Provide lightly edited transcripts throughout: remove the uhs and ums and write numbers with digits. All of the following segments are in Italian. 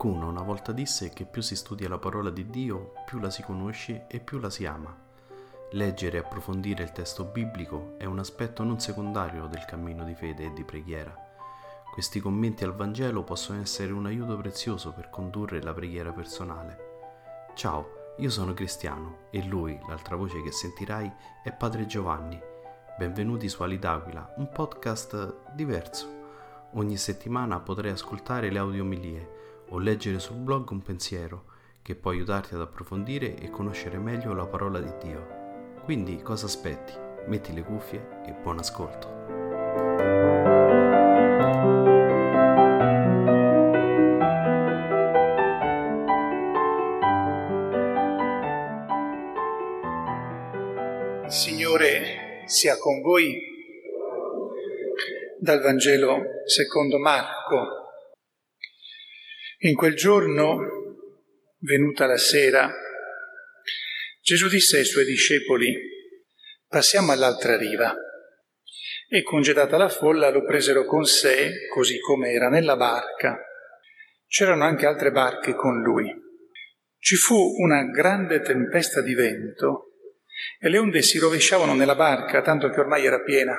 Qualcuno una volta disse che più si studia la parola di Dio, più la si conosce e più la si ama. Leggere e approfondire il testo biblico è un aspetto non secondario del cammino di fede e di preghiera. Questi commenti al Vangelo possono essere un aiuto prezioso per condurre la preghiera personale. Ciao, io sono Cristiano e lui, l'altra voce che sentirai, è Padre Giovanni. Benvenuti su Ali d'Aquila, un podcast diverso. Ogni settimana potrai ascoltare le audiomilie o leggere sul blog un pensiero che può aiutarti ad approfondire e conoscere meglio la parola di Dio. Quindi cosa aspetti? Metti le cuffie e buon ascolto. Il Signore sia con voi. Dal Vangelo secondo Marco. In quel giorno, venuta la sera, Gesù disse ai suoi discepoli: passiamo all'altra riva. E congedata la folla lo presero con sé, così come era, nella barca. C'erano anche altre barche con lui. Ci fu una grande tempesta di vento e le onde si rovesciavano nella barca, tanto che ormai era piena.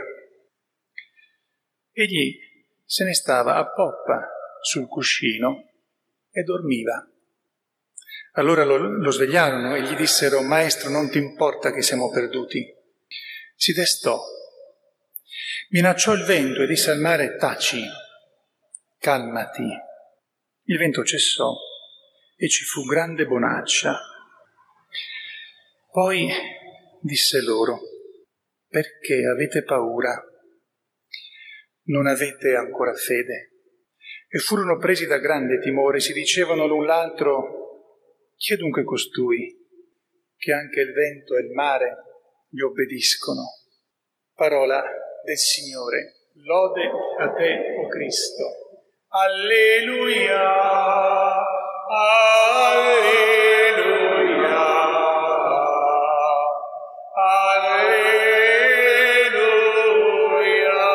Egli se ne stava a poppa sul cuscino e dormiva. Allora lo svegliarono e gli dissero: Maestro, non ti importa che siamo perduti? Si destò, minacciò il vento e disse al mare: taci, calmati. Il vento cessò e ci fu grande bonaccia. Poi disse loro: perché avete paura? Non avete ancora fede? E furono presi da grande timore, si dicevano l'un l'altro: chi è dunque costui, che anche il vento e il mare gli obbediscono? Parola del Signore. Lode a te, o Cristo. Alleluia, alleluia, alleluia.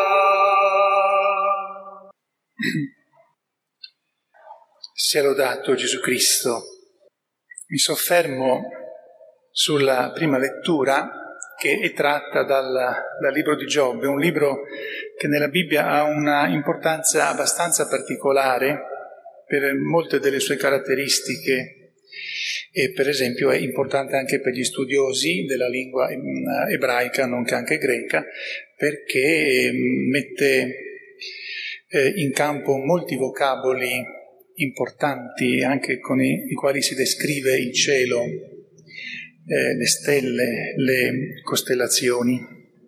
Sia lodato Gesù Cristo. Mi soffermo sulla prima lettura che è tratta dal libro di Giobbe, un libro che nella Bibbia ha una importanza abbastanza particolare per molte delle sue caratteristiche e per esempio è importante anche per gli studiosi della lingua ebraica, nonché anche greca, perché mette in campo molti vocaboli importanti anche con i quali si descrive il cielo, le stelle, le costellazioni.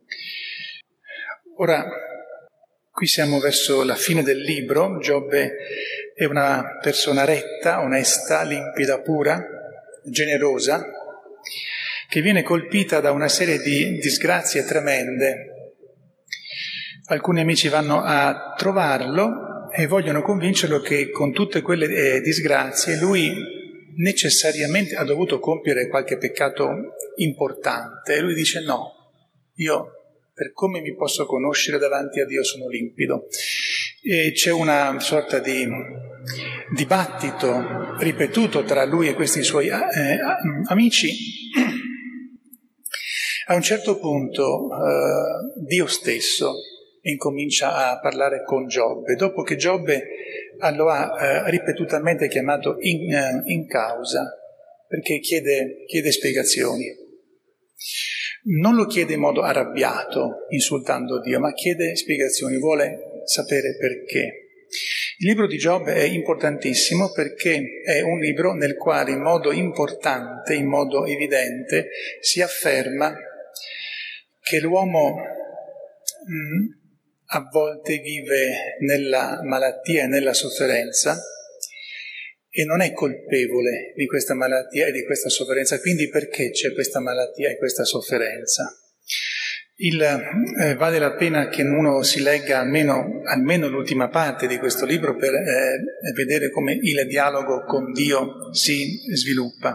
Ora, qui siamo verso la fine del libro. Giobbe è una persona retta, onesta, limpida, pura, generosa, che viene colpita da una serie di disgrazie tremende. Alcuni amici vanno a trovarlo e vogliono convincerlo che con tutte quelle disgrazie lui necessariamente ha dovuto compiere qualche peccato importante. E lui dice: no, io per come mi posso conoscere davanti a Dio sono limpido. E c'è una sorta di dibattito ripetuto tra lui e questi suoi amici. A un certo punto Dio stesso incomincia a parlare con Giobbe, dopo che Giobbe lo ha ripetutamente chiamato in causa, perché chiede spiegazioni. Non lo chiede in modo arrabbiato, insultando Dio, ma chiede spiegazioni, vuole sapere perché. Il libro di Giobbe è importantissimo perché è un libro nel quale in modo importante, in modo evidente, si afferma che l'uomo a volte vive nella malattia e nella sofferenza e non è colpevole di questa malattia e di questa sofferenza. Quindi perché c'è questa malattia e questa sofferenza? Vale la pena che uno si legga almeno l'ultima parte di questo libro per vedere come il dialogo con Dio si sviluppa.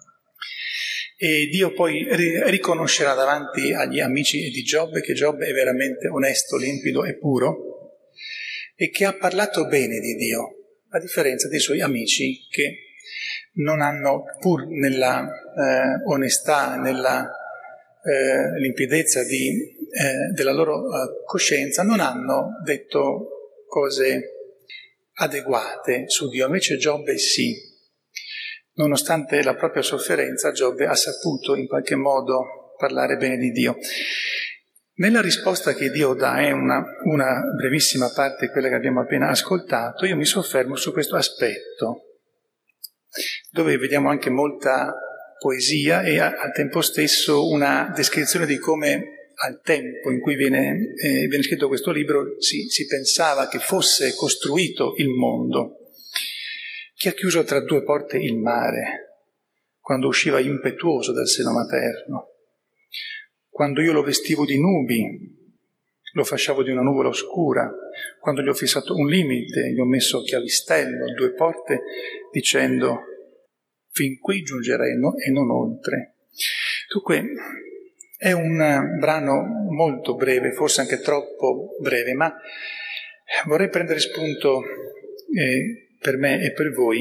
E Dio poi riconoscerà davanti agli amici di Giobbe che Giobbe è veramente onesto, limpido e puro e che ha parlato bene di Dio. a differenza dei suoi amici che non hanno, pur nella onestà, nella limpidezza della loro coscienza, non hanno detto cose adeguate su Dio. Invece Giobbe sì. Nonostante la propria sofferenza, Giobbe ha saputo in qualche modo parlare bene di Dio. Nella risposta che Dio dà, è una brevissima parte, quella che abbiamo appena ascoltato, io mi soffermo su questo aspetto, dove vediamo anche molta poesia e al tempo stesso una descrizione di come al tempo in cui viene scritto questo libro si pensava che fosse costruito il mondo. Chi ha chiuso tra due porte il mare, quando usciva impetuoso dal seno materno? Quando io lo vestivo di nubi, lo fasciavo di una nuvola oscura, quando gli ho fissato un limite, gli ho messo chiavistello, due porte, dicendo fin qui giungerei e non oltre. Dunque, è un brano molto breve, forse anche troppo breve, ma vorrei prendere spunto per me e per voi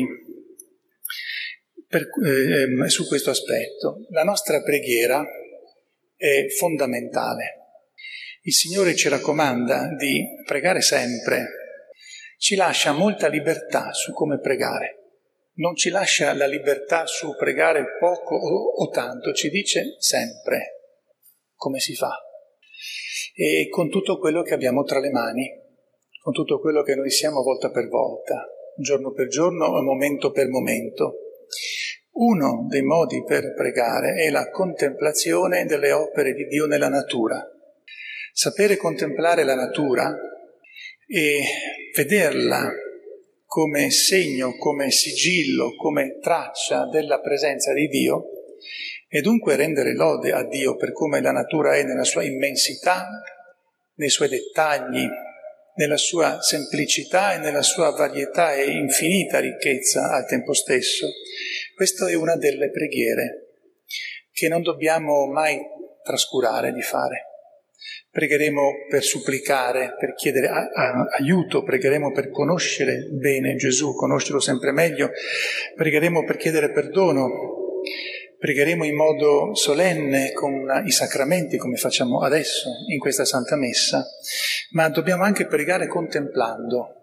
su questo aspetto. La nostra preghiera è fondamentale. Il Signore ci raccomanda di pregare sempre, ci lascia molta libertà su come pregare. Non ci lascia la libertà su pregare poco o tanto, ci dice sempre come si fa. E con tutto quello che abbiamo tra le mani, con tutto quello che noi siamo volta per volta, giorno per giorno, momento per momento. Uno dei modi per pregare è la contemplazione delle opere di Dio nella natura. Sapere contemplare la natura e vederla come segno, come sigillo, come traccia della presenza di Dio, e dunque rendere lode a Dio per come la natura è nella sua immensità, nei suoi dettagli, nella sua semplicità e nella sua varietà e infinita ricchezza al tempo stesso. Questa è una delle preghiere che non dobbiamo mai trascurare di fare. Pregheremo per supplicare, per chiedere aiuto, pregheremo per conoscere bene Gesù, conoscerlo sempre meglio, pregheremo per chiedere perdono, pregheremo in modo solenne con i sacramenti, come facciamo adesso in questa Santa Messa, ma dobbiamo anche pregare contemplando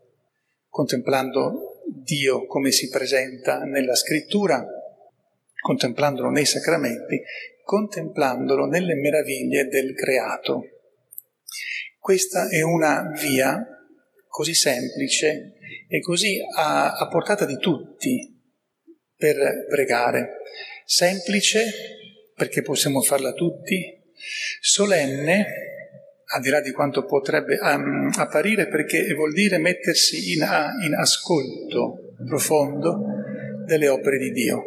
Dio come si presenta nella Scrittura, contemplandolo nei sacramenti, contemplandolo nelle meraviglie del creato. Questa è una via così semplice e così a portata di tutti per pregare. Semplice, perché possiamo farla tutti, solenne, al di là di quanto potrebbe apparire, perché vuol dire mettersi in ascolto profondo delle opere di Dio.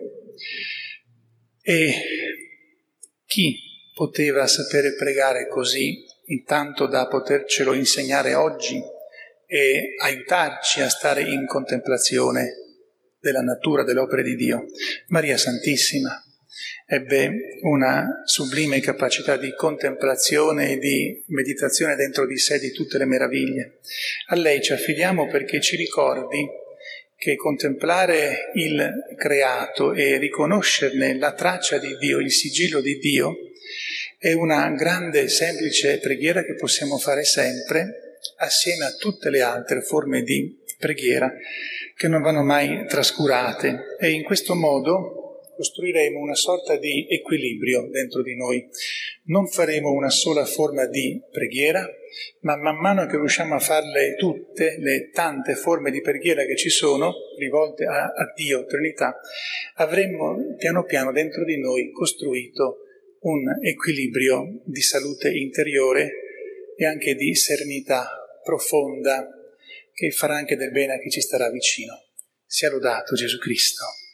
E chi poteva sapere pregare così, intanto da potercelo insegnare oggi e aiutarci a stare in contemplazione della natura, delle opere di Dio? Maria Santissima ebbe una sublime capacità di contemplazione e di meditazione dentro di sé di tutte le meraviglie. A lei ci affidiamo perché ci ricordi che contemplare il creato e riconoscerne la traccia di Dio, il sigillo di Dio, è una grande e semplice preghiera che possiamo fare sempre, assieme a tutte le altre forme di preghiera che non vanno mai trascurate, e in questo modo costruiremo una sorta di equilibrio dentro di noi. Non faremo una sola forma di preghiera, ma man mano che riusciamo a farle tutte, le tante forme di preghiera che ci sono, rivolte a Dio, Trinità, avremo piano piano dentro di noi costruito un equilibrio di salute interiore e anche di serenità profonda che farà anche del bene a chi ci starà vicino. Sia lodato Gesù Cristo.